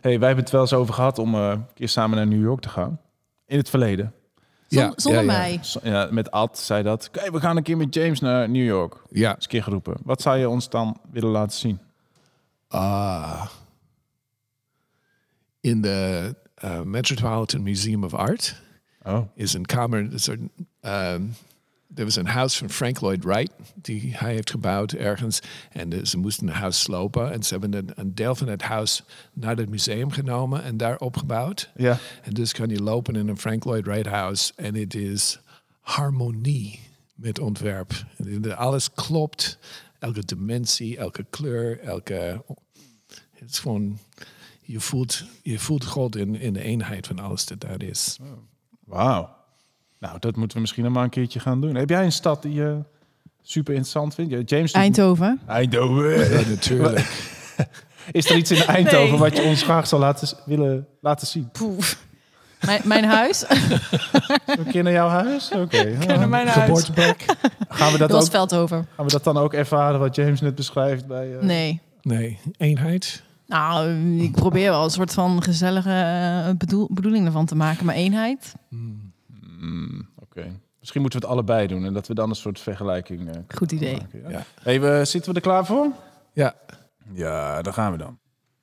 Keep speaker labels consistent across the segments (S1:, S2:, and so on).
S1: Hey, wij hebben het wel eens over gehad om een keer samen naar New York te gaan. In het verleden.
S2: Zonder mij.
S1: Ja, met Ad zei dat. Hey, we gaan een keer met James naar New York.
S3: Ja.
S1: Dat is een keer geroepen. Wat zou je ons dan willen laten zien?
S3: In de Metropolitan Museum of Art is een kamer. Er was een huis van Frank Lloyd Wright die hij heeft gebouwd ergens. En ze moesten het huis slopen. En ze hebben een deel van het huis naar het museum genomen en daar opgebouwd.
S1: Ja.
S3: En dus kan je lopen in een Frank Lloyd Wright huis. En het is harmonie met ontwerp. Alles klopt. Elke dimensie, elke kleur, het is gewoon... Je voelt God in de eenheid van alles dat daar is.
S1: Wauw. Nou, dat moeten we misschien nog maar een keertje gaan doen. Heb jij een stad die je super interessant vindt? James
S2: Eindhoven.
S1: Eindhoven.
S3: Ja, natuurlijk.
S1: Is er iets in Eindhoven wat je ons graag zou willen laten zien?
S2: Poef. Mijn huis.
S1: Een keer naar jouw huis? Oké.
S2: Naar mijn huis.
S3: Geboorteplek?
S1: Gaan we dat
S2: Dat was
S1: ook?
S2: Veldhoven.
S1: Gaan we dat dan ook ervaren wat James net beschrijft bij?
S2: Nee.
S3: Eenheid?
S2: Nou, ik probeer wel een soort van gezellige bedoeling ervan te maken. Maar eenheid?
S1: Oké. Misschien moeten we het allebei doen en dat we dan een soort vergelijking.
S2: Goed idee.
S1: Maken, ja?
S3: Ja.
S1: Hey, zitten we er klaar voor?
S3: Ja.
S1: Ja, daar gaan we dan.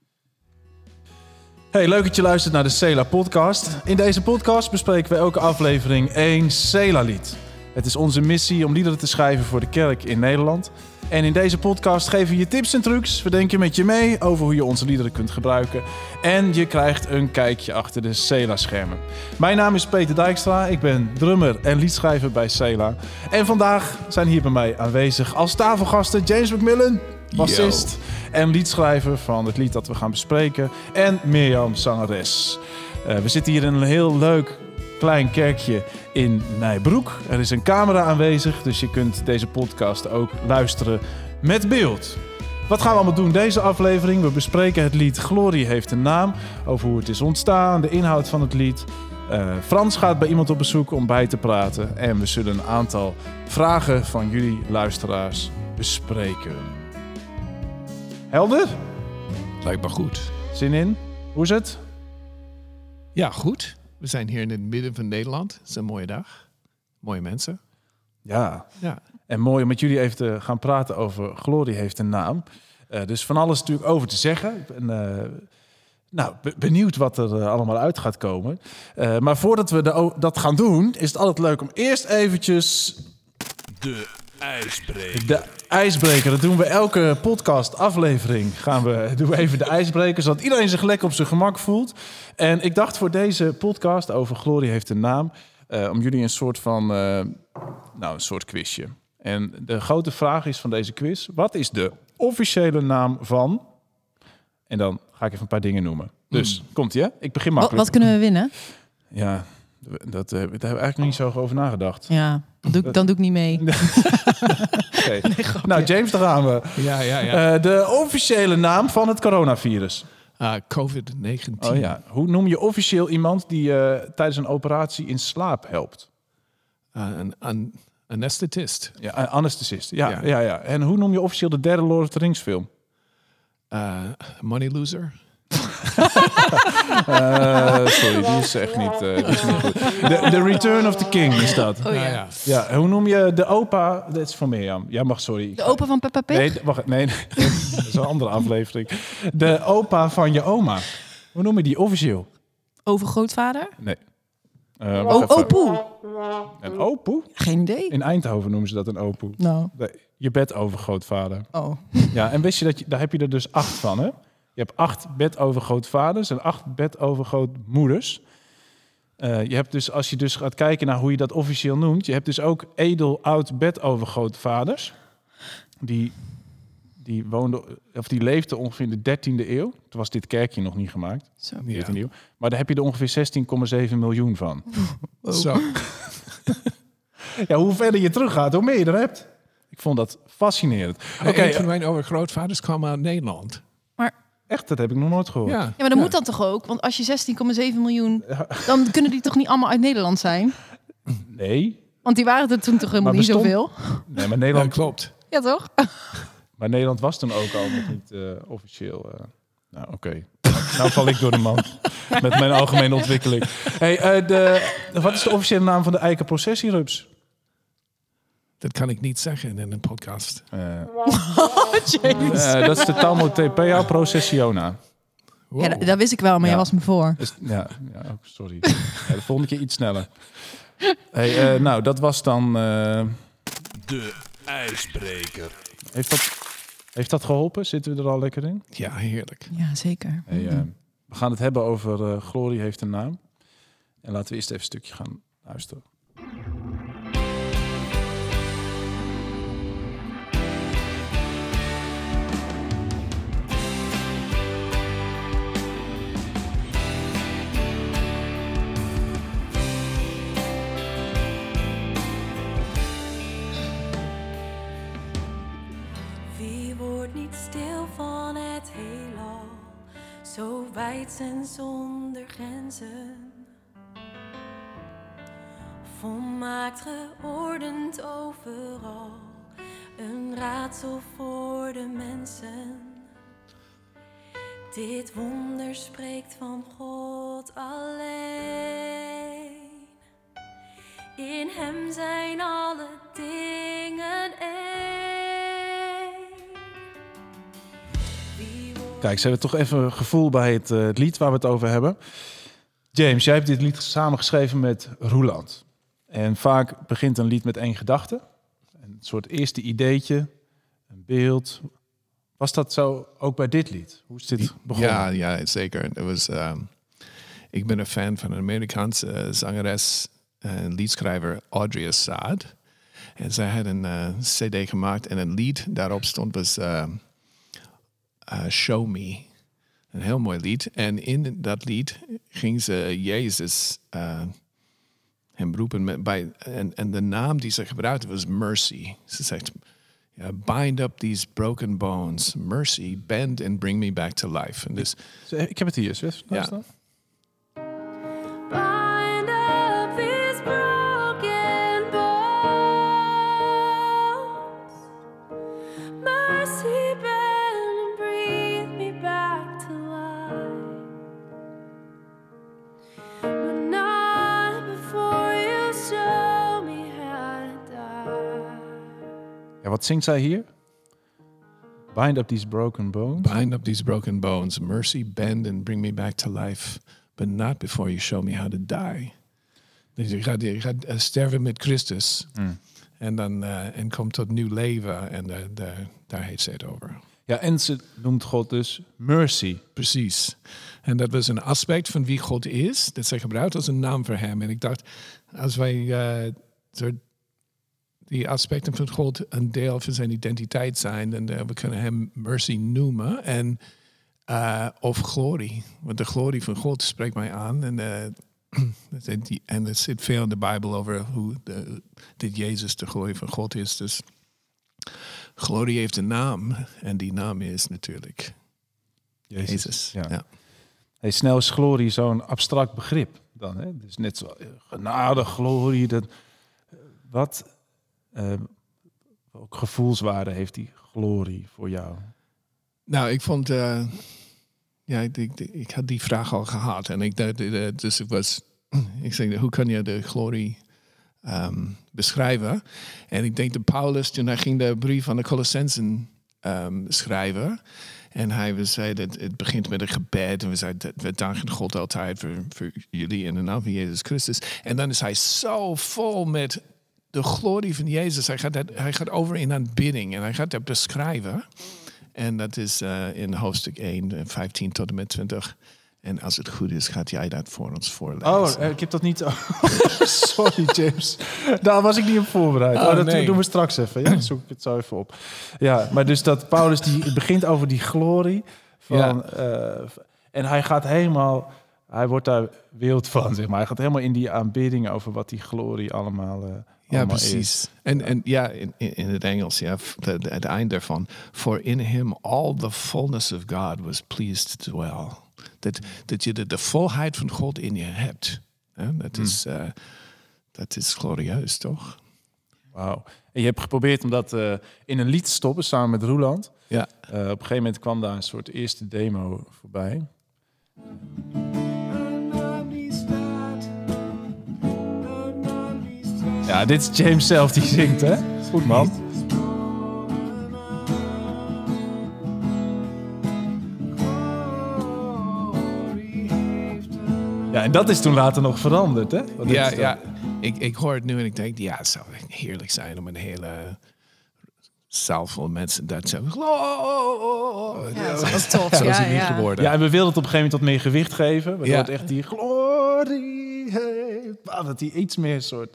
S1: Hey, leuk dat je luistert naar de Sela podcast. In deze podcast bespreken we elke aflevering 1 Sela-lied. Het is onze missie om liederen te schrijven voor de kerk in Nederland. En in deze podcast geven we je tips en trucs. We denken met je mee over hoe je onze liederen kunt gebruiken. En je krijgt een kijkje achter de Sela-schermen. Mijn naam is Peter Dijkstra. Ik ben drummer en liedschrijver bij Sela. En vandaag zijn hier bij mij aanwezig als tafelgasten James McMillan, bassist en liedschrijver van het lied dat we gaan bespreken. En Mirjam, zangeres. We zitten hier in een heel leuk klein kerkje in Nijbroek. Er is een camera aanwezig, dus je kunt deze podcast ook luisteren met beeld. Wat gaan we allemaal doen deze aflevering? We bespreken het lied Glorie heeft een naam, over hoe het is ontstaan, de inhoud van het lied. Frans gaat bij iemand op bezoek om bij te praten. En we zullen een aantal vragen van jullie luisteraars bespreken. Helder?
S3: Lijkt me goed.
S1: Zin in? Hoe is het?
S3: Ja, goed. We zijn hier in het midden van Nederland. Het is een mooie dag. Mooie mensen.
S1: Ja.
S3: Ja.
S1: En mooi om met jullie even te gaan praten over Glorie heeft een naam. Dus van alles natuurlijk over te zeggen. Ik ben benieuwd wat er allemaal uit gaat komen. Maar voordat we dat gaan doen, is het altijd leuk om eerst eventjes
S4: De ijsbreker.
S1: de ijsbreker. Dat doen we elke podcast-aflevering. Doen we even de ijsbreker, zodat iedereen zich lekker op zijn gemak voelt. En ik dacht voor deze podcast over Glorie heeft een naam, om jullie een soort quizje. En de grote vraag is van deze quiz: wat is de officiële naam van? En dan ga ik even een paar dingen noemen. Dus komt-ie, hè? Ik begin makkelijk.
S2: Wat kunnen we winnen?
S1: Ja, daar hebben we eigenlijk nog niet zo over nagedacht.
S2: Ja, dan doe ik niet mee.
S1: Okay. Nou, James, daar gaan we.
S3: Ja.
S1: De officiële naam van het coronavirus.
S3: COVID-19.
S1: Oh ja. Hoe noem je officieel iemand die tijdens een operatie in slaap helpt?
S3: Een anesthetist.
S1: Ja, een anesthesist. Ja. En hoe noem je officieel de derde Lord of the Rings film?
S3: Money loser.
S1: Sorry, die is echt niet, die is niet goed. The Return of the King is dat.
S2: Oh ja.
S1: Ja, hoe noem je de opa? Dat is van Mirjam. Ja, mag, sorry.
S2: De opa van Peppa Pig?
S1: Nee, wacht, nee. Dat is een andere aflevering. De opa van je oma. Hoe noem je die officieel?
S2: Overgrootvader?
S1: Nee. Wacht even.
S2: Opoe?
S1: Een opoe?
S2: Geen idee.
S1: In Eindhoven noemen ze dat een opoe.
S2: Nou.
S1: Nee, je bedovergrootvader.
S2: Oh.
S1: Ja, en wist je daar heb je er dus 8 van, hè? Je hebt 8 bedovergrootvaders en 8 bedovergrootmoeders. Je hebt dus, als je dus gaat kijken naar hoe je dat officieel noemt, je hebt dus ook edel-oud bedovergrootvaders. Die leefden ongeveer in de 13e eeuw. Toen was dit kerkje nog niet gemaakt.
S2: Zo.
S1: 14e eeuw. Maar daar heb je er ongeveer 16,7 miljoen van.
S3: Zo.
S1: Ja, hoe verder je teruggaat, hoe meer je er hebt. Ik vond dat fascinerend. Oké,
S3: Een van mijn overgrootvaders kwam uit Nederland.
S1: echt, dat heb ik nog nooit gehoord.
S3: Ja,
S2: Ja, maar dat moet dan toch ook? Want als je 16,7 miljoen... dan kunnen die toch niet allemaal uit Nederland zijn?
S1: Nee.
S2: Want die waren er toen toch helemaal
S1: Maar
S2: niet
S1: bestond-
S2: zoveel?
S1: Nee, maar
S3: Ja,
S1: Nederland,
S3: klopt.
S2: Ja, toch?
S1: maar Nederland was toen ook al nog niet officieel. Nou, oké. Nou val ik door de man. Met mijn algemene ontwikkeling. Hey, wat is de officiële naam van de eikenprocessierups?
S3: Dat kan ik niet zeggen in een podcast.
S2: James.
S1: Dat is de Thalmotepea processiona.
S3: Wow.
S2: Ja, dat wist ik wel, maar jij was me voor.
S1: Dus, sorry. De volgende keer iets sneller. Hey, nou, dat was dan...
S4: De ijsbreker.
S1: Heeft dat geholpen? Zitten we er al lekker in?
S3: Ja, heerlijk.
S2: Ja, zeker.
S1: Hey, we gaan het hebben over Glorie heeft een naam. En laten we eerst even een stukje gaan luisteren.
S5: Wie wordt niet stil van het heelal, zo wijd en zonder grenzen. Volmaakt geordend overal, een raadsel voor de mensen. Dit wonder spreekt van God alleen. In hem zijn alle dingen één.
S1: Kijk, ze hebben toch even een gevoel bij het lied waar we het over hebben. James, jij hebt dit lied samengeschreven met Roeland. En vaak begint een lied met één gedachte. Een soort eerste ideetje, een beeld. Was dat zo ook bij dit lied? Hoe is dit begonnen?
S3: Ja, zeker. Het was, ik ben een fan van een Amerikaanse zangeres en liedschrijver Audrey Assad. En zij had een cd gemaakt en een lied daarop stond was Show Me. Een heel mooi lied. En in dat lied ging ze Jezus hem beroepen en de naam die ze gebruikte was Mercy. Ze zegt, bind up these broken bones. Mercy, bend and bring me back to life. En dus,
S1: Ik heb het hier, Swift.
S3: Ja.
S5: Bind up these broken bones. Mercy, bend and breathe me back to life. But not before you show me how to die.
S1: Ja, wat zingt zij hier? Bind up these broken bones.
S3: bind up these broken bones. Mercy, bend and bring me back to life. But not before you show me how to die. Dus je gaat sterven met Christus. En dan en komt tot nieuw leven. En daar heeft ze het over.
S1: Ja, en ze noemt God dus mercy.
S3: Precies. En dat was een aspect van wie God is. Dat zij gebruikt als een naam voor hem. En ik dacht, als wij die aspecten van God een deel van zijn identiteit zijn, dan we kunnen hem mercy noemen. En of glorie. Want de glorie van God spreekt mij aan. En er zit veel in de Bijbel over hoe dit Jezus de glorie van God is. Dus glorie heeft een naam. En die naam is natuurlijk Jezus. Ja.
S1: Hey, snel is glorie zo'n abstract begrip dan. Hè? Dus net zo genade, glorie. Wat ook gevoelswaarde heeft die glorie voor jou?
S3: Nou, ik vond... ik had die vraag al gehad. En ik dacht, dus ik zei, hoe kan je de glorie beschrijven? En ik denk dat Paulus, toen hij ging de brief aan de Colossensen schrijven. En hij zei dat het begint met een gebed. En we zeiden, we danken God altijd voor jullie in de naam van Jezus Christus. En dan is hij zo vol met de glorie van Jezus. Hij gaat over in aanbidding. En hij gaat dat beschrijven. En dat is in hoofdstuk 1, 15 tot en met 20. En als het goed is, gaat jij dat voor ons voorlezen.
S1: Oh, ik heb dat niet... Sorry, James. Daar was ik niet op voorbereid. Dat doen we straks even. Ja, dan zoek ik het zo even op. Ja, maar dus dat Paulus die begint over die glorie. En hij gaat helemaal... Hij wordt daar wild van, zeg maar. Hij gaat helemaal in die aanbidding over wat die glorie allemaal
S3: ja, precies.
S1: Is.
S3: En ja, in het Engels, ja, het eind daarvan. For in him all the fullness of God was pleased to dwell. Dat je de volheid van God in je hebt. Ja, dat is glorieus, toch?
S1: Wauw. En je hebt geprobeerd om dat in een lied te stoppen, samen met Roeland.
S3: Ja.
S1: Op een gegeven moment kwam daar een soort eerste demo voorbij. Ja, dit is James zelf die zingt, hè? Goed, man. Ja, en dat is toen later nog veranderd, hè? Want dit is dan-
S3: Ja. Ik hoor het nu en ik denk, ja, het zou echt heerlijk zijn om een hele zaal vol mensen dat zo...
S2: Ja, dat was tof.
S3: Zo is het niet
S2: ja.
S3: geworden.
S1: Ja, en we wilden het op een gegeven moment wat meer gewicht geven. Waardoor
S3: Ja.
S1: het echt die glorie heeft. Dat hij iets meer soort...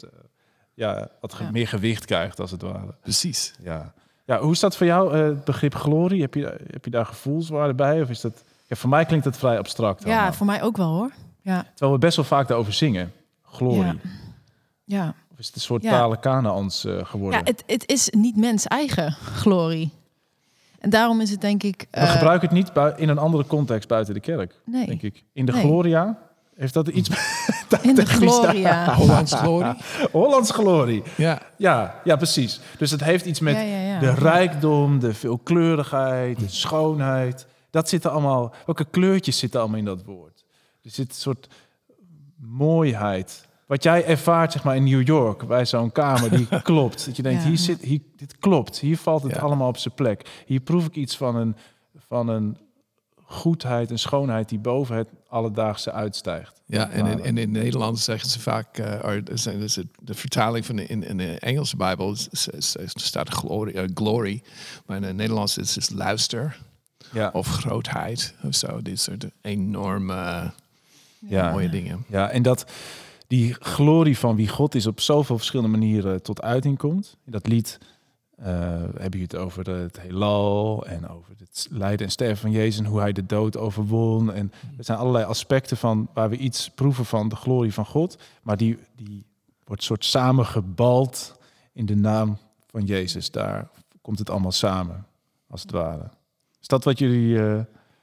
S1: meer gewicht krijgt, als het ware.
S3: Precies.
S1: Ja. Ja, hoe is dat voor jou, het begrip glorie? Heb je daar gevoelswaarde bij? Of is dat... Ja, voor mij klinkt het vrij abstract.
S2: Ja,
S1: allemaal.
S2: voor mij ook wel hoor. Ja.
S1: Terwijl we best wel vaak daarover zingen. Glorie.
S2: Ja.
S1: Of is het een soort
S2: Ja.
S1: tale Kanaans geworden?
S2: Ja, het is niet mens eigen glorie. En daarom is het denk ik...
S1: We gebruiken het niet in een andere context buiten de kerk,
S2: Nee.
S1: denk ik. In de
S2: Nee.
S1: Gloria, heeft dat iets...
S2: In de gloria.
S3: Hollands glorie.
S1: Hollands glorie.
S3: Ja.
S1: Ja, precies. Dus het heeft iets met
S2: Ja.
S1: de rijkdom, de veelkleurigheid, de schoonheid. Dat zit er allemaal... Welke kleurtjes zitten allemaal in dat woord? Er zit een soort mooiheid. Wat jij ervaart, zeg maar, in New York, bij zo'n kamer die klopt. Dat je denkt,
S2: Ja.
S1: dit klopt. Hier valt het
S3: Ja.
S1: allemaal op zijn plek. Hier proef ik iets van een goedheid en schoonheid die boven het alledaagse uitstijgt.
S3: Ja, en in het Nederlands zeggen ze vaak, de vertaling van in de Engelse Bijbel staat glory, maar in het Nederlands is het luister
S1: Ja.
S3: of grootheid of zo. Dit soort enorme mooie dingen.
S1: Ja, en die glorie van wie God is op zoveel verschillende manieren tot uiting komt. In dat lied heb je het over het heelal en over het lijden en sterven van Jezus en hoe hij de dood overwon. En er zijn allerlei aspecten van waar we iets proeven van de glorie van God, maar die wordt soort samengebald in de naam van Jezus. Daar komt het allemaal samen, als het ware. Is dat wat jullie...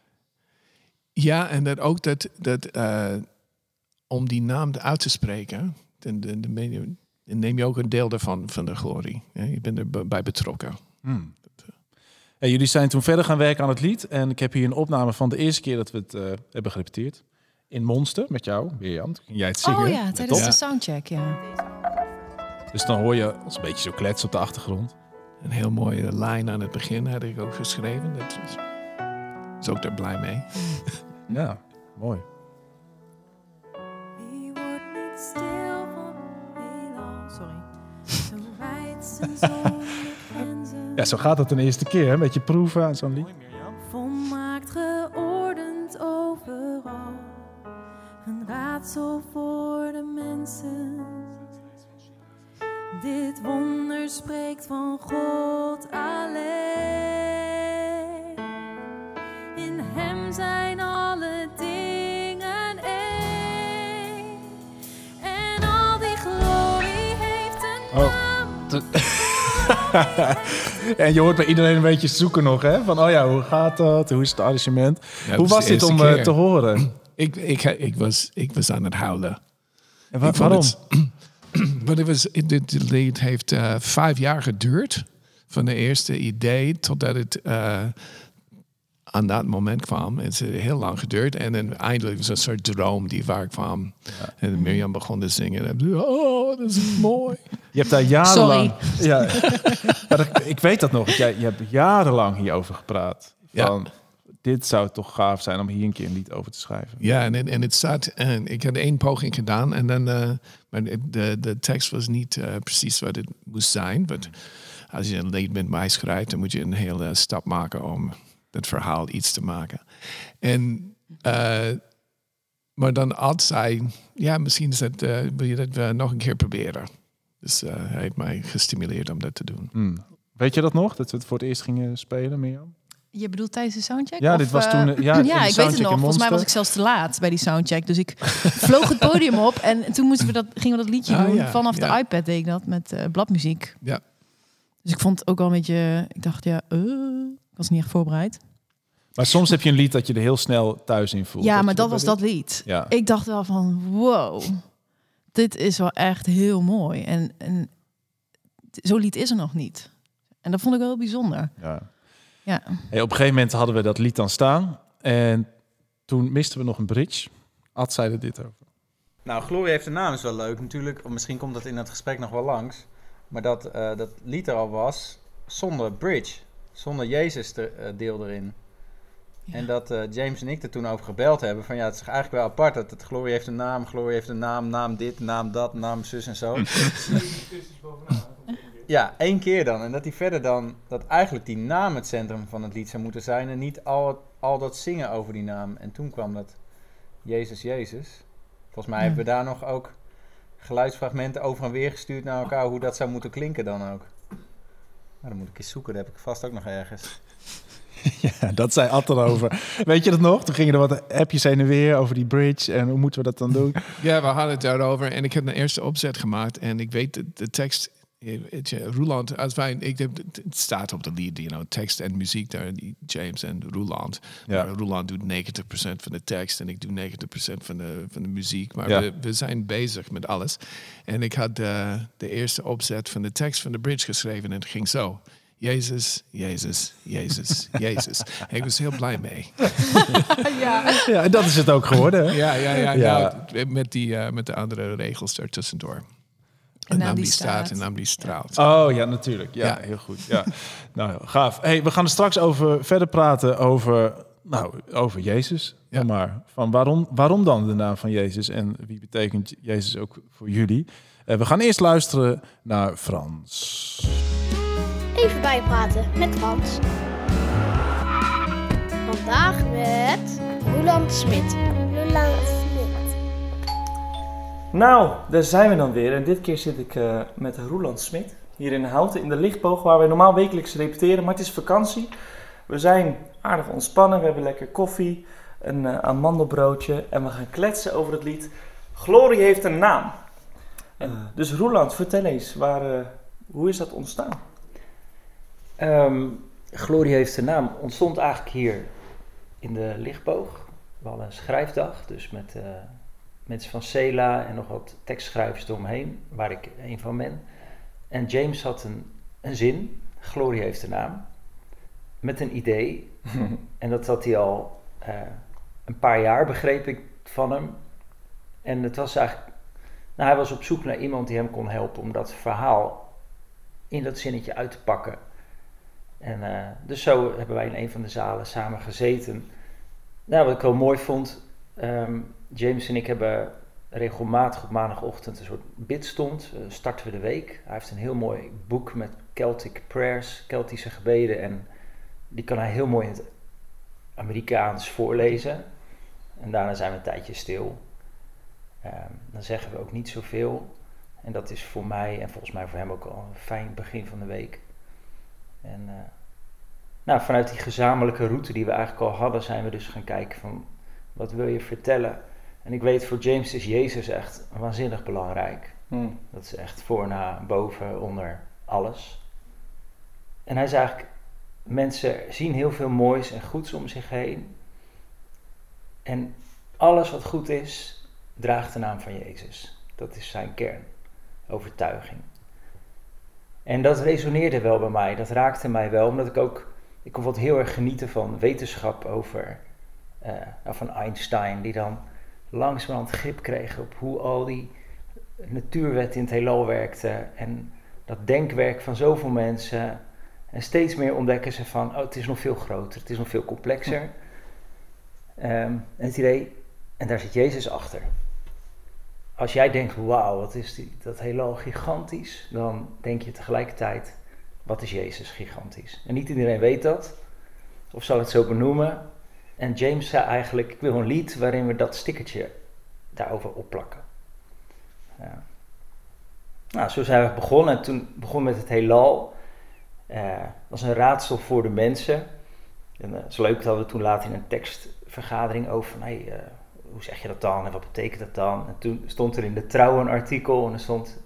S3: Ja, en dat ook dat om die naam uit te spreken, dan neem je ook een deel daarvan van de glorie. Ja, je bent erbij betrokken.
S1: Ja, jullie zijn toen verder gaan werken aan het lied. En ik heb hier een opname van de eerste keer dat we het hebben gerepeteerd. In Monster, met jou, Mirjam. Toen ging jij het zingen.
S2: Oh ja, tijdens
S1: Top.
S2: de soundcheck, ja.
S1: Dus dan hoor je ons een beetje zo kletsen op de achtergrond.
S3: Een heel mooie lijn aan het begin had ik ook geschreven. Dat is ook daar blij mee.
S1: Ja, mooi.
S5: Wie wordt niet stil van heelal? Sorry. Zo wijd zijn zonder grenzen.
S1: Ja, zo gaat het een eerste keer, hè? Een beetje proeven aan zo'n lied.
S5: Volmaakt geordend overal. Een raadsel voor de mensen. Dit wonder spreekt van God alleen. In hem zijn alle dingen één. En al die glorie heeft een naam.
S1: En je hoort bij iedereen een beetje zoeken nog, hè? Van, oh ja, hoe gaat dat? Hoe is het arrangement?
S3: Ja,
S1: Hoe
S3: dat
S1: was
S3: is de
S1: dit om
S3: eerste keer.
S1: te horen?
S3: Ik was aan het huilen.
S1: En
S3: Ik vond
S1: waarom?
S3: Dit lied heeft 5 jaar geduurd. Van de eerste idee totdat het aan dat moment kwam. Het is heel lang geduurd. En dan eindelijk was een soort droom die waar kwam. Ja. En Mirjam begon te zingen. En oh, dat is mooi.
S1: Je hebt daar jarenlang... Ja, maar ik weet dat nog. Je hebt jarenlang hierover gepraat. Van, dit zou toch gaaf zijn om hier een keer een lied over te schrijven.
S3: Ja, en het staat... En ik had 1 poging gedaan. En dan, maar de tekst was niet precies wat het moest zijn. Want als je een lied met mij schrijft, dan moet je een hele stap maken om het verhaal iets te maken. En... maar dan Ad zei, ja, misschien is dat, wil je dat nog een keer proberen. Dus hij heeft mij gestimuleerd om dat te doen.
S1: Weet je dat nog? Dat we het voor het eerst gingen spelen, Mirjam?
S2: Je bedoelt tijdens de soundcheck?
S1: Ja,
S2: of,
S1: dit was toen...
S2: ja, ik weet het nog. Volgens mij was ik zelfs te laat bij die soundcheck. Dus ik vloog het podium op en toen gingen we dat liedje doen.
S3: Ja,
S2: Vanaf de iPad deed ik dat met bladmuziek.
S3: Ja.
S2: Dus ik vond het ook wel een beetje... Ik dacht, ik was niet echt voorbereid.
S1: Maar soms heb je een lied dat je er heel snel thuis in voelt.
S2: Ja, maar dat was dat lied.
S1: Ja.
S2: Ik dacht wel van, wow, dit is wel echt heel mooi. En zo'n lied is er nog niet. En dat vond ik wel heel bijzonder.
S1: Ja.
S2: Ja.
S1: Hey, op een gegeven moment hadden we dat lied dan staan. En toen misten we nog een bridge. Ad zei er dit over.
S6: Nou, Glorie heeft een naam is wel leuk natuurlijk. Of misschien komt dat in het gesprek nog wel langs. Maar dat lied er al was zonder bridge. Zonder Jezus deel erin. Ja. En dat James en ik er toen over gebeld hebben. Van ja, het is eigenlijk wel apart. Dat Glorie heeft een naam, naam dit, naam dat, naam zus en zo. Ja, 1 keer dan. En dat hij verder dan, dat eigenlijk die naam het centrum van het lied zou moeten zijn. En niet al dat zingen over die naam. En toen kwam dat Jezus, Jezus. Volgens mij hebben we daar nog ook geluidsfragmenten over en weer gestuurd naar elkaar. Hoe dat zou moeten klinken dan ook. Nou, dan moet ik eens zoeken. Dat heb ik vast ook nog ergens.
S1: Ja, dat zei Atte over. Weet je dat nog? Toen gingen er wat appjes heen en weer over die bridge. En hoe moeten we dat dan doen?
S3: Ja, we hadden het daarover. En ik heb een eerste opzet gemaakt. En ik weet de tekst... Roeland, het staat op de lied, tekst en muziek daar, James en Roeland. Ja. Roeland doet 90% van de tekst en ik doe 90% van de muziek. Maar we zijn bezig met alles. En ik had de eerste opzet van de tekst van de bridge geschreven en het ging zo. Jezus, Jezus, Jezus, Jezus. En ik was heel blij mee.
S1: Ja, en dat is het ook geworden. Hè?
S3: Ja. Nou, met de andere regels ertussendoor. En naam die staat en naam die straalt.
S1: Oh ja, natuurlijk. Ja, heel goed. Ja. Nou, gaaf. Hey, we gaan er straks verder praten over Jezus. Ja. Maar van waarom dan de naam van Jezus en wie betekent Jezus ook voor jullie? We gaan eerst luisteren naar Frans.
S7: Even bijpraten met Frans. Vandaag met Roeland Smit.
S8: Nou, daar zijn we dan weer. En dit keer zit ik met Roeland Smit. Hier in Houten, in de Lichtboog, waar we normaal wekelijks repeteren. Maar het is vakantie. We zijn aardig ontspannen. We hebben lekker koffie, een amandelbroodje. En we gaan kletsen over het lied Glorie heeft een naam. Dus Roeland, vertel eens, hoe is dat ontstaan?
S9: Glorie heeft een naam. Ontstond eigenlijk hier in de Lichtboog. We hadden een schrijfdag, dus met... mensen van Sela en nog wat tekstschrijvers eromheen, waar ik een van ben. En James had een zin, Glorie heeft een naam, met een idee. En dat had hij al een paar jaar, begreep ik van hem. En het was eigenlijk, hij was op zoek naar iemand die hem kon helpen om dat verhaal in dat zinnetje uit te pakken. En dus zo hebben wij in een van de zalen samen gezeten. Nou, wat ik wel mooi vond... James en ik hebben regelmatig op maandagochtend een soort bidstond. Starten we de week. Hij heeft een heel mooi boek met Celtic prayers, Keltische gebeden. En die kan hij heel mooi in het Amerikaans voorlezen. En daarna zijn we een tijdje stil. Dan zeggen we ook niet zoveel. En dat is voor mij en volgens mij voor hem ook al een fijn begin van de week. En vanuit die gezamenlijke route die we eigenlijk al hadden, zijn we dus gaan kijken van... Wat wil je vertellen? En ik weet, voor James is Jezus echt waanzinnig belangrijk. Dat is echt voor, na, boven, onder, alles. En hij is eigenlijk... Mensen zien heel veel moois en goeds om zich heen. En alles wat goed is, draagt de naam van Jezus. Dat is zijn kernovertuiging. En dat resoneerde wel bij mij. Dat raakte mij wel, omdat ik kon bijvoorbeeld heel erg genieten van wetenschap over... van Einstein, die dan langzamerhand grip kreeg op hoe al die natuurwetten in het heelal werkten en dat denkwerk van zoveel mensen. En steeds meer ontdekken ze van, het is nog veel groter, het is nog veel complexer. En het idee, en daar zit Jezus achter. Als jij denkt, wauw, wat is dat heelal gigantisch, dan denk je tegelijkertijd, wat is Jezus gigantisch? En niet iedereen weet dat, of zal het zo benoemen. En James zei eigenlijk, ik wil een lied waarin we dat stickertje daarover opplakken. Ja. Nou, zo zijn we begonnen. En toen begon met het heelal. Was een raadsel voor de mensen. En het is leuk dat we toen later in een tekstvergadering over van, hoe zeg je dat dan en wat betekent dat dan? En toen stond er in de Trouw een artikel en er stond,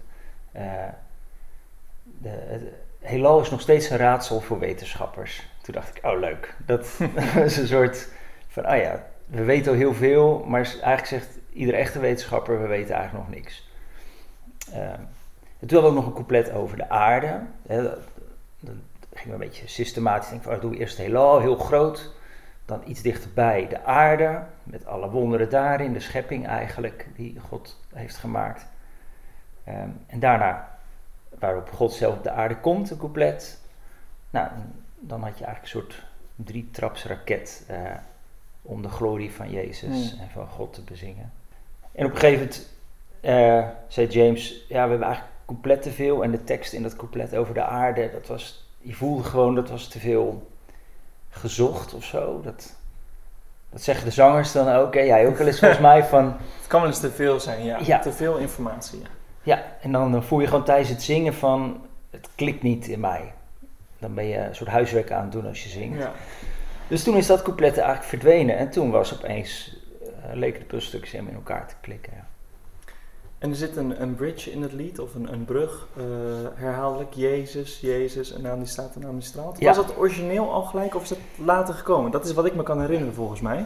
S9: het heelal is nog steeds een raadsel voor wetenschappers. Toen dacht ik, oh leuk, dat is een soort van, we weten al heel veel, maar eigenlijk zegt ieder echte wetenschapper, we weten eigenlijk nog niks. Toen hadden we ook nog een couplet over de aarde. Dan gingen we een beetje systematisch denken van, doen we eerst het heelal, heel groot. dan iets dichterbij de aarde, met alle wonderen daarin, de schepping eigenlijk, die God heeft gemaakt. En daarna, waarop God zelf op de aarde komt, een couplet. Nou, dan had je eigenlijk een soort 3-trapsraket om de glorie van Jezus en van God te bezingen. En op een gegeven moment zei James, ja, we hebben eigenlijk couplet te veel. En de tekst in dat couplet over de aarde, je voelde gewoon, dat was te veel gezocht of zo. Dat zeggen de zangers dan ook. Hè? Jij ook wel eens volgens mij van...
S8: Het kan wel eens te veel zijn, ja. Te veel informatie,
S9: Ja, en dan voel je gewoon tijdens het zingen van... Het klikt niet in mij. Dan ben je een soort huiswerk aan het doen als je zingt. Ja. Dus toen is dat couplet eigenlijk verdwenen. En toen was opeens... leken de puzzelstukjes helemaal in elkaar te klikken, ja.
S8: En er zit een bridge in het lied, of een brug, herhaaldelijk, Jezus, een naam die staat, een naam die straalt. Was dat origineel al gelijk, of is dat later gekomen? Dat is wat ik me kan herinneren, volgens mij.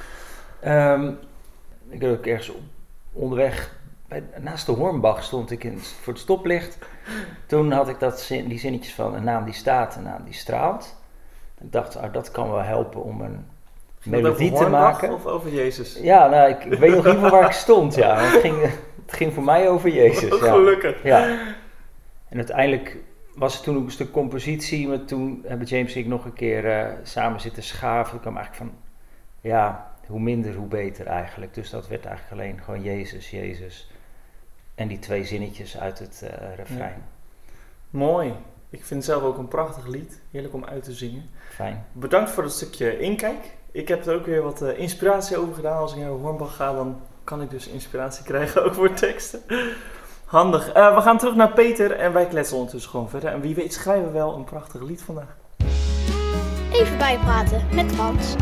S9: Ik heb ook ergens onderweg, naast de Hornbach stond ik voor het stoplicht. Toen had ik die zinnetjes van een naam die staat, een naam die straalt. Ik dacht, dat kan wel helpen om een melodie te maken.
S8: Of over Jezus?
S9: Ja, nou, ik weet nog niet meer waar ik stond, ja. Het ging voor mij over Jezus. Ja.
S8: Gelukkig.
S9: Ja. En uiteindelijk was het toen ook een stuk compositie, maar toen hebben James en ik nog een keer samen zitten schaven. Toen kwam eigenlijk van, ja, hoe minder, hoe beter eigenlijk. Dus dat werd eigenlijk alleen gewoon Jezus. En die 2 zinnetjes uit het refrein.
S8: Ja. Mooi. Ik vind het zelf ook een prachtig lied. Heerlijk om uit te zingen.
S9: Fijn.
S8: Bedankt voor het stukje inkijk. Ik heb er ook weer wat inspiratie over gedaan. Als ik naar Hornbach ga, dan kan ik dus inspiratie krijgen ook voor teksten. Handig. We gaan terug naar Peter en wij kletsen ondertussen gewoon verder. En wie weet schrijven we wel een prachtig lied vandaag.
S7: Even bijpraten met Frans.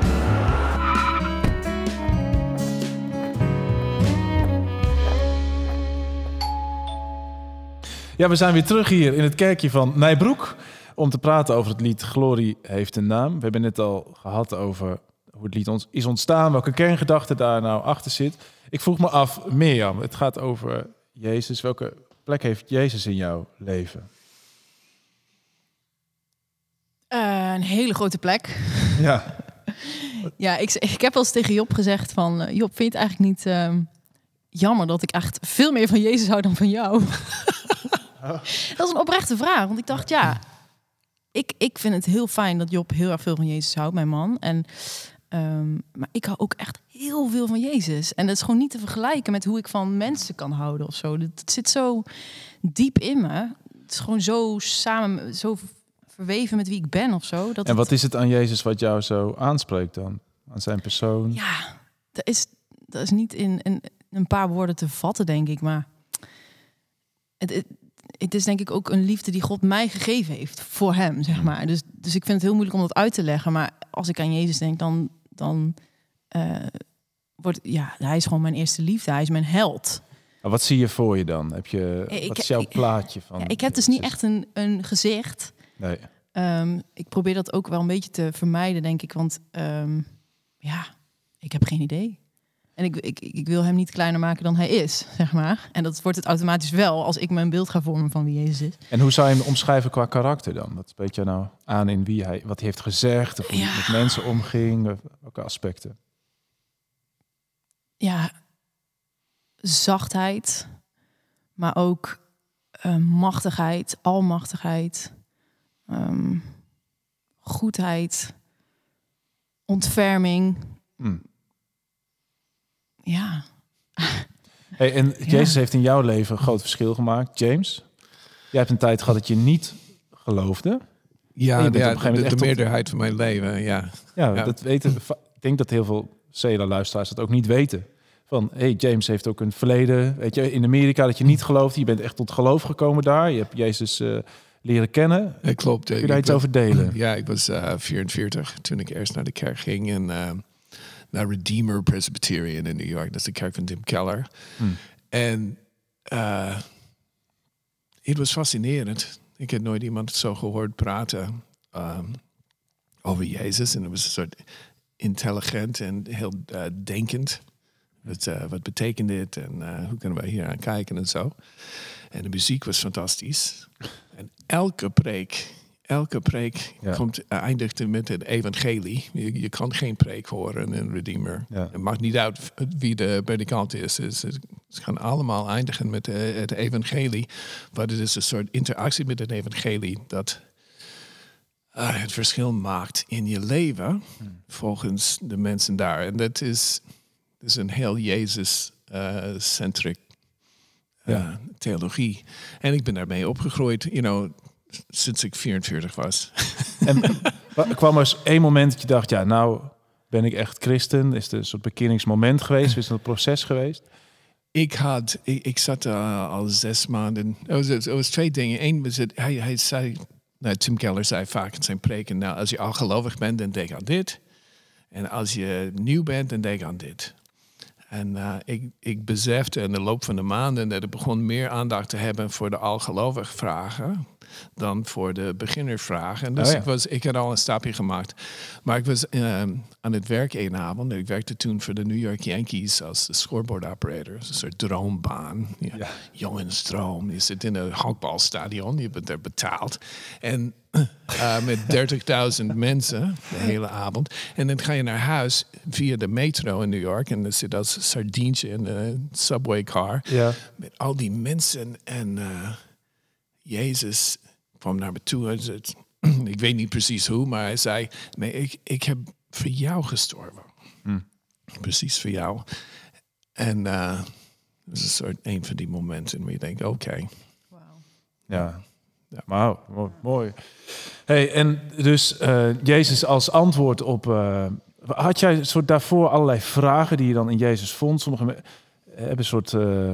S1: Ja, we zijn weer terug hier in het kerkje van Nijbroek om te praten over het lied Glorie heeft een naam. We hebben net al gehad over hoe het lied is ontstaan, welke kerngedachte daar nou achter zit. Ik vroeg me af, Mirjam, het gaat over Jezus. Welke plek heeft Jezus in jouw leven?
S2: Een hele grote plek.
S1: Ja.
S2: Ja, ik heb wel eens tegen Job gezegd van... Job, vind je het eigenlijk niet jammer dat ik echt veel meer van Jezus hou dan van jou? Dat is een oprechte vraag, want ik dacht, ja... Ik vind het heel fijn dat Job heel erg veel van Jezus houdt, mijn man. Maar ik hou ook echt heel veel van Jezus. En dat is gewoon niet te vergelijken met hoe ik van mensen kan houden of zo. Het zit zo diep in me. Het is gewoon zo verweven met wie ik ben of zo.
S1: En wat is het aan Jezus wat jou zo aanspreekt dan? Aan zijn persoon?
S2: Ja, dat is niet in een paar woorden te vatten, denk ik. Maar het is denk ik ook een liefde die God mij gegeven heeft voor hem, zeg maar. Dus ik vind het heel moeilijk om dat uit te leggen. Maar als ik aan Jezus denk, dan hij is gewoon mijn eerste liefde. Hij is mijn held.
S1: Maar wat zie je voor je dan? Wat is jouw plaatje van?
S2: Ja, ik heb dus niet echt een gezicht.
S1: Nee.
S2: Ik probeer dat ook wel een beetje te vermijden, denk ik. Want ik heb geen idee. En ik wil hem niet kleiner maken dan hij is, zeg maar. En dat wordt het automatisch wel als ik mijn beeld ga vormen van wie Jezus is.
S1: En hoe zou je hem omschrijven qua karakter dan? Wat spreekt jou nou aan in wat hij heeft gezegd? Of hoe hij met mensen omging? Welke aspecten?
S2: Ja, zachtheid. Maar ook machtigheid, almachtigheid. Goedheid. Ontferming. Ja.
S1: Hey, en Jezus heeft in jouw leven een groot verschil gemaakt. James, jij hebt een tijd gehad dat je niet geloofde.
S3: Ja, de meerderheid van mijn leven, ja.
S1: Dat weten. Ik denk dat heel veel Sela-luisteraars dat ook niet weten. Van, James heeft ook een verleden. Weet je, in Amerika dat je niet gelooft. Je bent echt tot geloof gekomen daar. Je hebt Jezus leren kennen.
S3: Klopt.
S1: Kun je daar iets over delen?
S3: Ja, ik was 44 toen ik eerst naar de kerk ging. En naar Redeemer Presbyterian in New York. Dat is de kerk van Tim Keller. En het was fascinerend. Ik had nooit iemand zo gehoord praten over Jezus. En het was een soort intelligent en heel denkend. Wat betekent dit en hoe kunnen wij hier aan kijken en zo. En de muziek was fantastisch. En elke preek elke preek eindigt met het evangelie. Je kan geen preek horen in Redeemer. Ja. Het maakt niet uit wie de predikant is. Ze gaan allemaal eindigen met het evangelie. Maar het is een soort interactie met het evangelie dat het verschil maakt in je leven volgens de mensen daar. En dat is een heel Jezus-centric theologie. En ik ben daarmee opgegroeid, sinds ik 44 was.
S1: En kwam er eens één moment dat je dacht, ja, nou ben ik echt christen? Is het een soort bekeringsmoment geweest? Is het een proces geweest?
S3: Ik zat al 6 maanden. Er was 2 dingen. Eén was het, hij zei, Tim Keller zei vaak in zijn preken, nou, als je al gelovig bent, dan denk aan dit. En als je nieuw bent, dan denk aan dit. En ik besefte in de loop van de maanden dat ik begon meer aandacht te hebben voor de algelovig vragen dan voor de beginnervragen. En dus ik had al een stapje gemaakt. Maar ik was aan het werk één avond. Ik werkte toen voor de New York Yankees als scoreboard operator. Een soort droombaan. Jongensdroom. Je zit in een honkbalstadion. Je bent er betaald. En met 30.000 mensen de hele avond. En dan ga je naar huis via de metro in New York. En dan zit als sardientje in de subway car. Ja. Met al die mensen. En Jezus kwam naar me toe. En zei, ik weet niet precies hoe, maar hij zei, nee, ik heb voor jou gestorven. Precies voor jou. En dat is een soort een van die momenten waar je denkt, oké.
S2: Wow.
S1: Ja. Wauw, mooi. Hey, en dus Jezus als antwoord op... had jij soort daarvoor allerlei vragen die je dan in Jezus vond? Sommigen hebben een soort...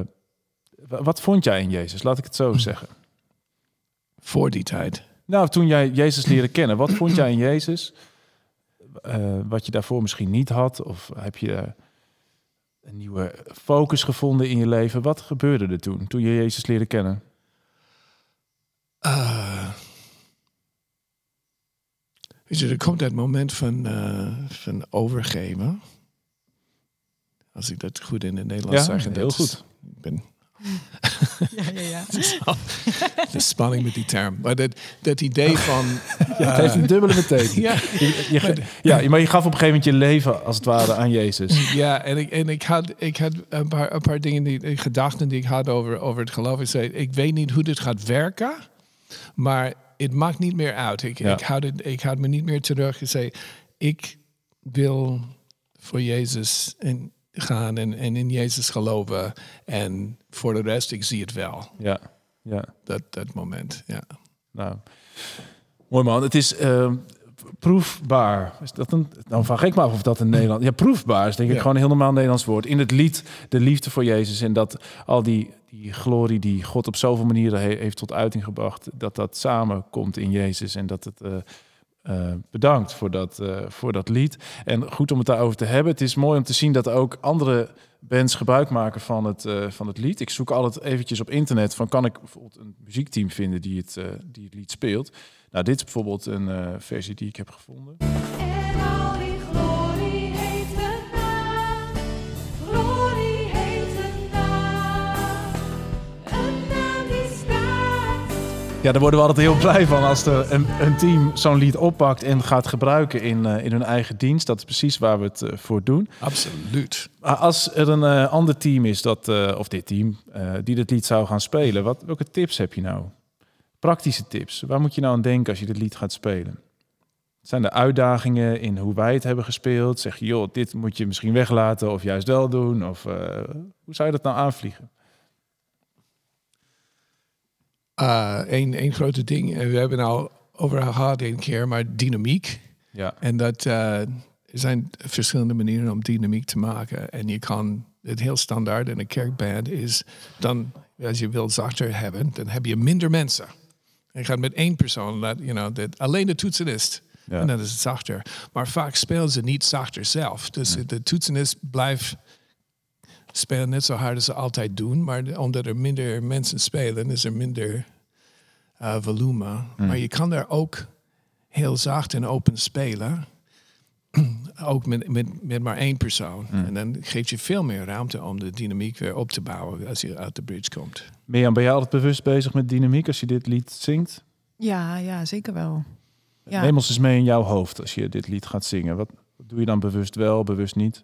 S1: wat vond jij in Jezus? Laat ik het zo zeggen.
S3: Voor die tijd?
S1: Nou, toen jij Jezus leerde kennen. Wat vond jij in Jezus? Wat je daarvoor misschien niet had? Of heb je een nieuwe focus gevonden in je leven? Wat gebeurde er toen je Jezus leerde kennen?
S3: Weet je, er komt dat moment van overgeven. Als ik dat goed in het Nederlands zeg.
S1: Ja, heel goed.
S3: Ik ben...
S2: Ja.
S3: De spanning met die term. Maar dat idee van...
S1: het heeft een dubbele betekenis. Maar je gaf op een gegeven moment je leven als het ware aan Jezus.
S3: Ja, en ik had een paar dingen, gedachten die ik had over het geloof. Ik zei, ik weet niet hoe dit gaat werken, maar het maakt niet meer uit. Ik houd me niet meer terug. Ik zei, ik wil voor Jezus gaan en in Jezus geloven. En voor de rest, ik zie het wel.
S1: Ja.
S3: Dat moment, ja.
S1: Nou, mooi man. Het is proefbaar. Is dat nou vraag ik me af of dat een Nederlands... Ja, proefbaar is denk ik gewoon een heel normaal Nederlands woord. In het lied, de liefde voor Jezus. En dat al die glorie die God op zoveel manieren heeft tot uiting gebracht. Dat samenkomt in Jezus. En dat het... bedankt voor dat lied. En goed om het daarover te hebben. Het is mooi om te zien dat ook andere bands gebruik maken van het lied. Ik zoek altijd eventjes op internet van kan ik bijvoorbeeld een muziekteam vinden die het lied speelt. Nou, dit is bijvoorbeeld een versie die ik heb gevonden.
S5: En al die glorie heeft een naam. Glorie heeft een naam. Een naam die staat.
S1: Ja, daar worden we altijd heel blij van als er een team zo'n lied oppakt en gaat gebruiken in hun eigen dienst. Dat is precies waar we het voor doen.
S3: Absoluut.
S1: Maar als er een ander team is, of dit team, die dit lied zou gaan spelen, welke tips heb je nou? Praktische tips. Waar moet je nou aan denken als je dit lied gaat spelen? Zijn er uitdagingen in hoe wij het hebben gespeeld? Zeg je, joh, dit moet je misschien weglaten of juist wel doen? Of hoe zou je dat nou aanvliegen?
S3: Een grote ding, we hebben al over gehad een keer, maar dynamiek. Ja. En dat er zijn verschillende manieren om dynamiek te maken. En je kan het heel standaard in een kerkband is dan, als je wil zachter hebben, dan heb je minder mensen. En je gaat met 1 persoon, alleen de toetsenist. Ja. En dan is het zachter. Maar vaak spelen ze niet zachter zelf. Dus de toetsenist blijft spelen net zo hard als ze altijd doen. Maar omdat er minder mensen spelen, is er minder volume. Maar je kan daar ook heel zacht en open spelen. Ook met maar 1 persoon. En dan geeft je veel meer ruimte om de dynamiek weer op te bouwen als je uit de bridge komt.
S1: Mirjam, ben jij altijd bewust bezig met dynamiek als je dit lied zingt?
S2: Ja, zeker wel. Ja.
S1: Neem ons eens mee in jouw hoofd als je dit lied gaat zingen. Wat doe je dan bewust wel, bewust niet?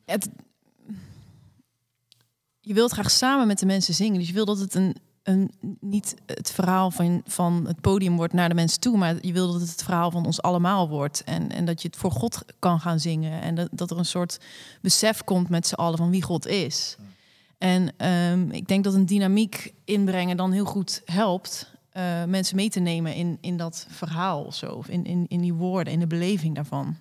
S2: Je wilt graag samen met de mensen zingen. Dus je wil dat het niet het verhaal van het podium wordt naar de mensen toe, maar je wil dat het het verhaal van ons allemaal wordt. En dat je het voor God kan gaan zingen. En dat er een soort besef komt met z'n allen van wie God is. En ik denk dat een dynamiek inbrengen dan heel goed helpt mensen mee te nemen in dat verhaal of zo. Of in die woorden, in de beleving daarvan.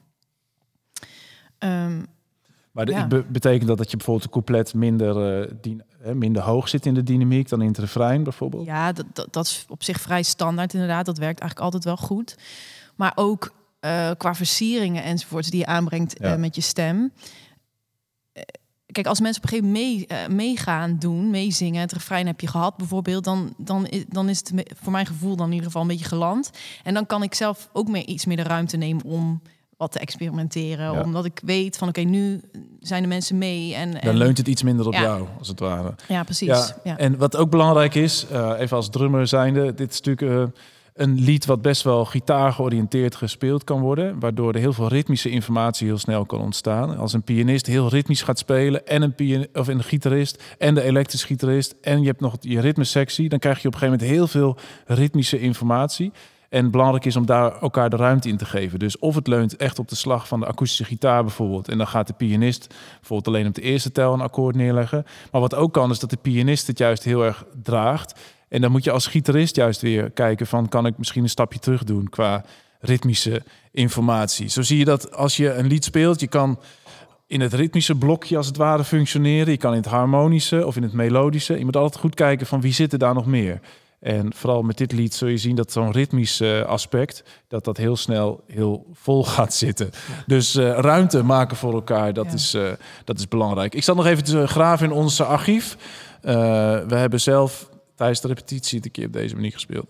S1: Maar betekent dat je bijvoorbeeld een couplet minder hoog zit in de dynamiek dan in het refrein bijvoorbeeld?
S2: Ja, dat is op zich vrij standaard inderdaad. Dat werkt eigenlijk altijd wel goed. Maar ook qua versieringen enzovoorts die je aanbrengt met je stem. Kijk, als mensen op een gegeven moment meezingen, het refrein heb je gehad bijvoorbeeld, dan is het voor mijn gevoel dan in ieder geval een beetje geland. En dan kan ik zelf ook iets meer de ruimte nemen om wat te experimenteren. Ja. Omdat ik weet van oké, nu zijn de mensen mee. Dan
S1: leunt het iets minder op jou, als het ware.
S2: Ja, precies. Ja.
S1: En wat ook belangrijk is, even als drummer zijnde, dit is natuurlijk een lied wat best wel gitaar georiënteerd gespeeld kan worden, waardoor er heel veel ritmische informatie heel snel kan ontstaan. Als een pianist heel ritmisch gaat spelen en een gitarist en de elektrische gitarist en je hebt nog je ritmesectie, dan krijg je op een gegeven moment heel veel ritmische informatie. En belangrijk is om daar elkaar de ruimte in te geven. Dus of het leunt echt op de slag van de akoestische gitaar bijvoorbeeld. En dan gaat de pianist bijvoorbeeld alleen op de eerste tel een akkoord neerleggen. Maar wat ook kan is dat de pianist het juist heel erg draagt. En dan moet je als gitarist juist weer kijken van, kan ik misschien een stapje terug doen qua ritmische informatie. Zo zie je dat als je een lied speelt, je kan in het ritmische blokje als het ware functioneren. Je kan in het harmonische of in het melodische. Je moet altijd goed kijken van wie zit er daar nog meer. En vooral met dit lied zul je zien dat zo'n ritmisch aspect, dat heel snel heel vol gaat zitten. Dus ruimte maken voor elkaar, dat is belangrijk. Ik zat nog even te graven in ons archief. We hebben zelf tijdens de repetitie een keer op deze manier gespeeld.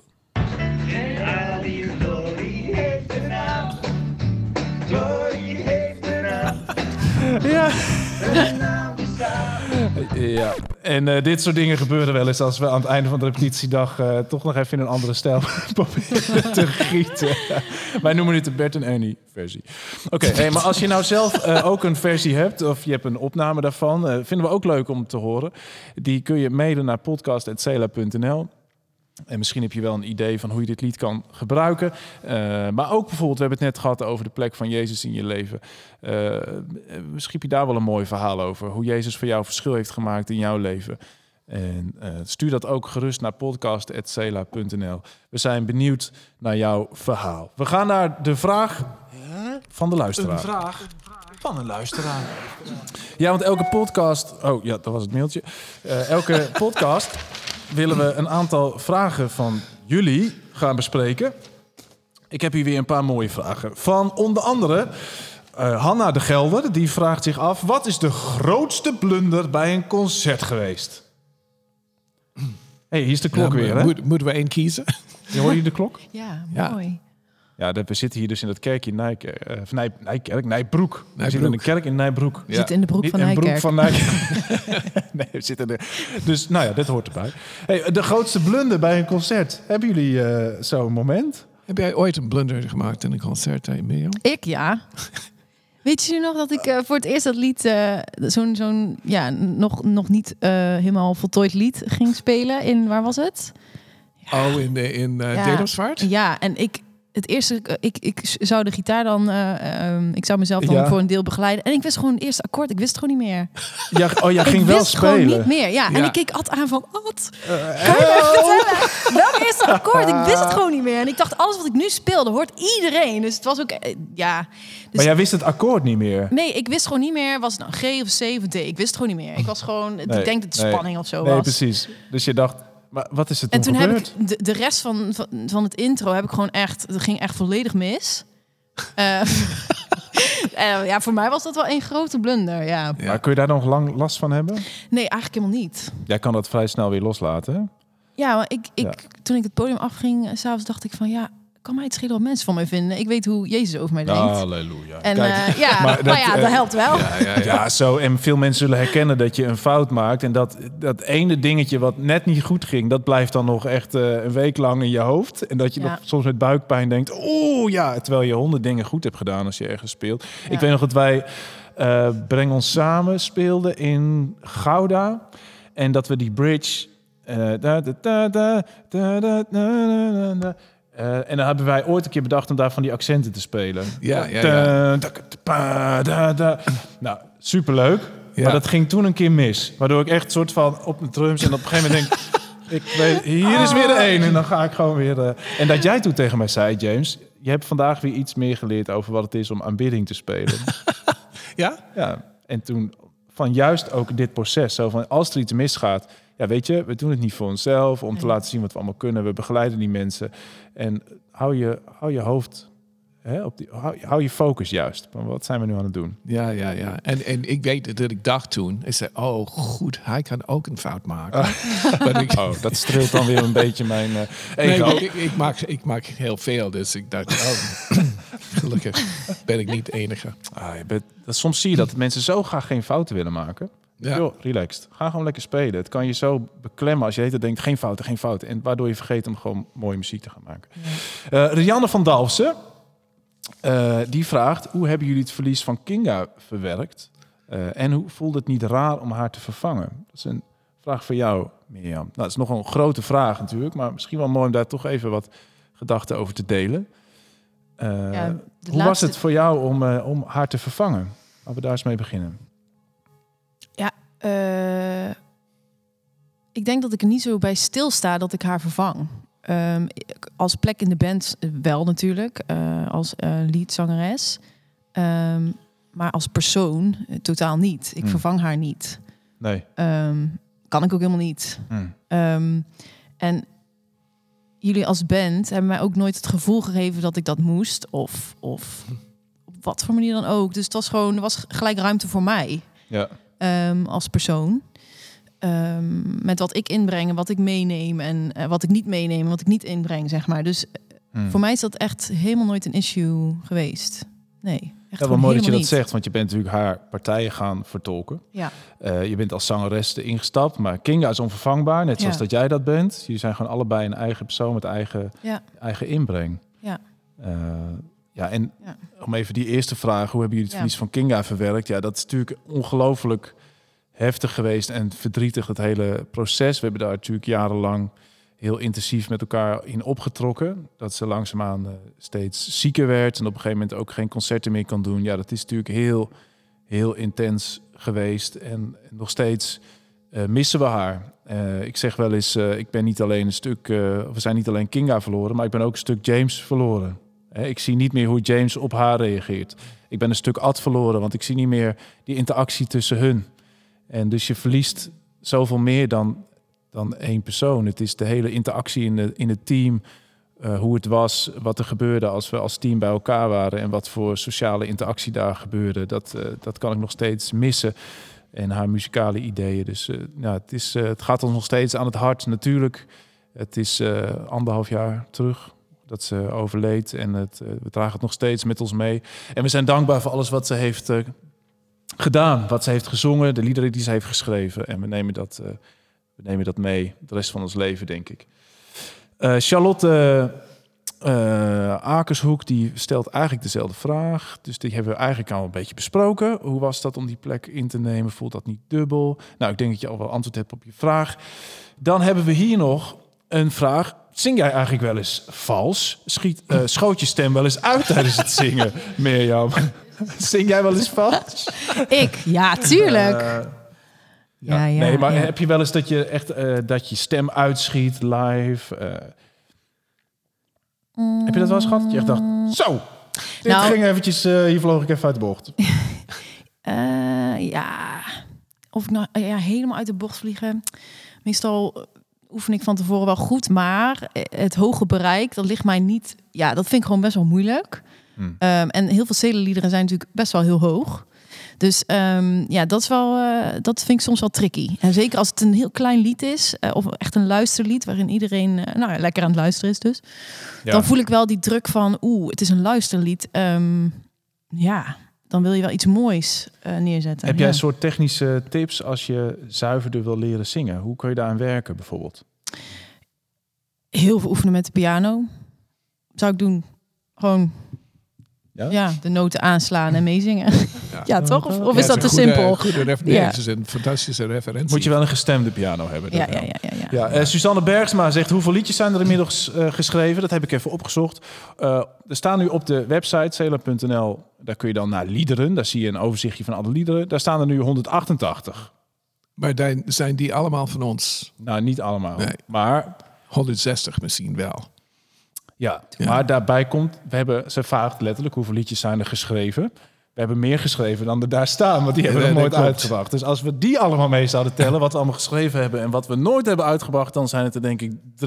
S1: Ja. Ja, en dit soort dingen gebeuren wel eens als we aan het einde van de repetitiedag toch nog even in een andere stijl proberen te gieten. Wij noemen dit de Bert en Ernie versie. Oké, maar als je nou zelf ook een versie hebt of je hebt een opname daarvan, vinden we ook leuk om te horen. Die kun je mailen naar podcast@cela.nl. En misschien heb je wel een idee van hoe je dit lied kan gebruiken. Maar ook bijvoorbeeld, we hebben het net gehad over de plek van Jezus in je leven. Misschien heb je daar wel een mooi verhaal over. Hoe Jezus voor jou verschil heeft gemaakt in jouw leven. En stuur dat ook gerust naar podcast@cela.nl. We zijn benieuwd naar jouw verhaal. We gaan naar de vraag van de luisteraar.
S4: Een vraag van een luisteraar.
S1: Ja, want elke podcast... Oh ja, dat was het mailtje. Elke podcast willen we een aantal vragen van jullie gaan bespreken. Ik heb hier weer een paar mooie vragen. Van onder andere Hanna de Gelder. Die vraagt zich af, wat is de grootste blunder bij een concert geweest? Hey, hier is de klok weer, hè?
S3: Moeten we één kiezen?
S1: Hoor je de klok?
S2: Ja, mooi.
S1: Ja, we zitten hier dus in dat kerkje in Nijbroek. We zitten in de kerk in Nijbroek.
S2: We zitten in de broek van Nijkerk.
S1: Nee, we zitten er. Dus nou ja, dit hoort erbij. Hey, de grootste blunder bij een concert. Hebben jullie zo'n moment?
S3: Heb jij ooit een blunder gemaakt in een concert, Mirjam?
S2: Ik, ja. Weet je nog dat ik voor het eerst dat lied, zo'n nog niet helemaal voltooid lied ging spelen in, waar was het?
S3: Ja. Oh, in Dedemsvaart?
S2: Ja, en het eerste, ik zou de gitaar dan, ik zou mezelf dan voor een deel begeleiden. En ik wist gewoon het eerste akkoord, ik wist het gewoon niet meer.
S1: Jij ging wel spelen? Ik wist gewoon
S2: niet meer, ja. En ik keek Ad aan van, Ad, kan je me vertellen? Welk eerste akkoord? Ik wist het gewoon niet meer. En ik dacht, alles wat ik nu speelde, hoort iedereen. Dus het was ook, Dus,
S1: maar jij wist het akkoord niet meer?
S2: Nee, ik wist gewoon niet meer, was het nou G of C of D? Ik wist het gewoon niet meer. Ik was gewoon, ik denk dat de spanning of zo was.
S1: Nee, precies. Dus je dacht... Maar wat is het
S2: en toen
S1: gebeurd?
S2: Heb ik de rest van het intro heb ik gewoon echt... Het ging echt volledig mis. Voor mij was dat wel één grote blunder, ja.
S1: Maar kun je daar nog lang last van hebben?
S2: Nee, eigenlijk helemaal niet.
S1: Jij kan dat vrij snel weer loslaten, hè?
S2: Ja, maar toen ik het podium afging, 's avonds dacht ik van... Ja, kan mij het schelen wat mensen van mij vinden. Ik weet hoe Jezus over mij denkt.
S1: Halleluja.
S2: En
S1: Kijk,
S2: maar dat helpt wel.
S1: Ja, zo. En veel mensen zullen herkennen dat je een fout maakt. En dat ene dingetje wat net niet goed ging, dat blijft dan nog echt een week lang in je hoofd. En dat je nog soms met buikpijn denkt, terwijl je 100 dingen goed hebt gedaan als je ergens speelt. Ja. Ik weet nog dat wij Breng ons samen speelden in Gouda. En dat we die bridge... en dan hebben wij ooit een keer bedacht om daar van die accenten te spelen.
S3: Ja.
S1: Nou, superleuk. Ja. Maar dat ging toen een keer mis. Waardoor ik echt soort van op mijn drums en op een gegeven moment denk... ik weet, hier is weer de een en dan ga ik gewoon weer... En dat jij toen tegen mij zei, James... je hebt vandaag weer iets meer geleerd over wat het is om aanbidding te spelen.
S3: Ja?
S1: Ja. En toen van juist ook dit proces. Zo van, als er iets misgaat... Ja, weet je, we doen het niet voor onszelf... om te laten zien wat we allemaal kunnen. We begeleiden die mensen. En hou je hoofd... hou je focus juist. Wat zijn we nu aan het doen?
S3: Ja. En ik weet dat ik dacht toen... Ik zei, oh goed, hij kan ook een fout maken.
S1: Dat streelt dan weer een beetje mijn...
S3: ik maak heel veel, dus ik dacht... gelukkig ben ik niet de enige.
S1: Soms zie je dat mensen zo graag geen fouten willen maken... Ja. Yo, relaxed. Ga gewoon lekker spelen. Het kan je zo beklemmen als je het denkt, geen fouten. En waardoor je vergeet om gewoon mooie muziek te gaan maken. Ja. Rianne van Dalfsen, die vraagt... hoe hebben jullie het verlies van Kinga verwerkt? En hoe voelde het niet raar om haar te vervangen? Dat is een vraag voor jou, Mirjam. Nou, dat is nog een grote vraag natuurlijk... maar misschien wel mooi om daar toch even wat gedachten over te delen. Hoe was het voor jou om haar te vervangen? Laten we daar eens mee beginnen.
S2: Ja, ik denk dat ik er niet zo bij stilsta dat ik haar vervang. Als plek in de band wel natuurlijk, als leadzangeres. Maar als persoon totaal niet. Ik vervang haar niet.
S1: Nee.
S2: Kan ik ook helemaal niet. En jullie als band hebben mij ook nooit het gevoel gegeven dat ik dat moest. Of op wat voor manier dan ook. Dus er was gelijk ruimte voor mij.
S1: Ja.
S2: Als persoon. Met wat ik inbreng en wat ik meeneem. En wat ik niet meeneem en wat ik niet inbreng, zeg maar. Dus voor mij is dat echt helemaal nooit een issue geweest. Nee, echt
S1: wel mooi dat je dat
S2: niet
S1: zegt. Want je bent natuurlijk haar partijen gaan vertolken.
S2: Ja.
S1: Je bent als zangeres ingestapt. Maar Kinga is onvervangbaar. Net zoals dat jij dat bent. Jullie zijn gewoon allebei een eigen persoon met eigen inbreng.
S2: Ja.
S1: En om even die eerste vraag, hoe hebben jullie het verlies van Kinga verwerkt? Ja, dat is natuurlijk ongelooflijk heftig geweest en verdrietig, het hele proces. We hebben daar natuurlijk jarenlang heel intensief met elkaar in opgetrokken. Dat ze langzaamaan steeds zieker werd en op een gegeven moment ook geen concerten meer kan doen. Ja, dat is natuurlijk heel, heel intens geweest en nog steeds missen we haar. Ik zeg wel eens, ik ben niet alleen we zijn niet alleen Kinga verloren, maar ik ben ook een stuk James verloren. Ik zie niet meer hoe James op haar reageert. Ik ben een stuk Ad verloren, want ik zie niet meer die interactie tussen hun. En dus je verliest zoveel meer dan één persoon. Het is de hele interactie in het team. Hoe het was, wat er gebeurde als we als team bij elkaar waren. En wat voor sociale interactie daar gebeurde. Dat kan ik nog steeds missen. En haar muzikale ideeën. Dus het gaat ons nog steeds aan het hart. Natuurlijk, het is 1,5 jaar terug dat ze overleed. En we dragen het nog steeds met ons mee. En we zijn dankbaar voor alles wat ze heeft gedaan. Wat ze heeft gezongen, de liederen die ze heeft geschreven. En we nemen dat mee de rest van ons leven, denk ik. Charlotte Akershoek, die stelt eigenlijk dezelfde vraag. Dus die hebben we eigenlijk al een beetje besproken. Hoe was dat om die plek in te nemen? Voelt dat niet dubbel? Nou, ik denk dat je al wel antwoord hebt op je vraag. Dan hebben we hier nog een vraag. Zing jij eigenlijk wel eens vals? Schoot je stem wel eens uit tijdens het zingen, Mirjam? Zing jij wel eens vals?
S2: Ik? Ja, tuurlijk.
S1: Nee, maar heb je wel eens dat je echt dat je stem uitschiet live? Heb je dat wel eens gehad? Dat je echt dacht, zo, dit ging eventjes, hier vloog ik even uit de bocht.
S2: Of ik helemaal uit de bocht vliegen. Meestal oefen ik van tevoren wel goed, maar het hoge bereik, dat ligt mij niet... Ja, dat vind ik gewoon best wel moeilijk. En heel veel Cela-liederen zijn natuurlijk best wel heel hoog. Dus dat is wel, dat vind ik soms wel tricky. En zeker als het een heel klein lied is, of echt een luisterlied waarin iedereen lekker aan het luisteren is dus. Ja. Dan voel ik wel die druk van, het is een luisterlied. Dan wil je wel iets moois neerzetten.
S1: Heb jij een soort technische tips als je zuiverder wil leren zingen? Hoe kun je daaraan werken bijvoorbeeld?
S2: Heel veel oefenen met de piano. Zou ik doen. Gewoon de noten aanslaan en meezingen. Ja, toch? Of is dat te simpel?
S3: Het is een fantastische referentie.
S1: Moet je wel een gestemde piano hebben. Ja. Suzanne Bergsma zegt, hoeveel liedjes zijn er inmiddels geschreven? Dat heb ik even opgezocht. Er staan nu op de website cela.nl, daar kun je dan naar liederen. Daar zie je een overzichtje van alle liederen. Daar staan er nu 188.
S3: Maar zijn die allemaal van ons?
S1: Nou, niet allemaal. Nee. Maar
S3: 160 misschien wel.
S1: Ja, maar daarbij komt, ze vraagt letterlijk hoeveel liedjes zijn er geschreven. We hebben meer geschreven dan er daar staan, want die hebben we nooit uitgebracht. Dus als we die allemaal mee zouden tellen, wat we allemaal geschreven hebben en wat we nooit hebben uitgebracht, dan zijn het er denk ik 333.486.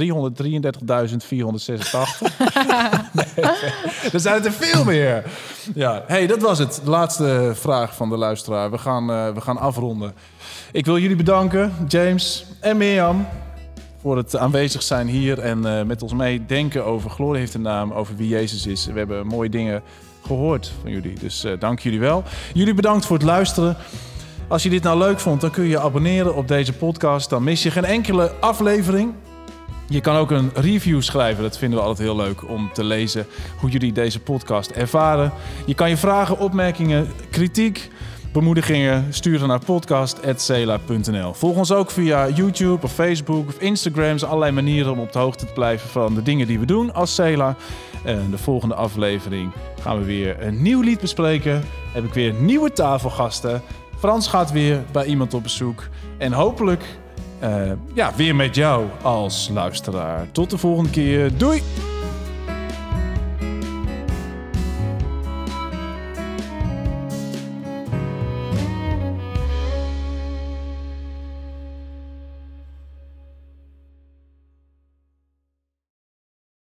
S1: Dan zijn het er veel meer. Ja, dat was het. De laatste vraag van de luisteraar. We gaan afronden. Ik wil jullie bedanken, James en Mirjam, voor het aanwezig zijn hier en met ons meedenken over Glorie heeft een naam, over wie Jezus is. We hebben mooie dingen gehoord van jullie, dus dank jullie wel. Jullie bedankt voor het luisteren. Als je dit nou leuk vond, dan kun je je abonneren op deze podcast. Dan mis je geen enkele aflevering. Je kan ook een review schrijven. Dat vinden we altijd heel leuk om te lezen hoe jullie deze podcast ervaren. Je kan je vragen, opmerkingen, kritiek, bemoedigingen sturen naar podcast@cela.nl. Volg ons ook via YouTube of Facebook of Instagram. Er zijn allerlei manieren om op de hoogte te blijven van de dingen die we doen als Cela. En de volgende aflevering gaan we weer een nieuw lied bespreken. Heb ik weer nieuwe tafelgasten. Frans gaat weer bij iemand op bezoek. En hopelijk weer met jou als luisteraar. Tot de volgende keer. Doei!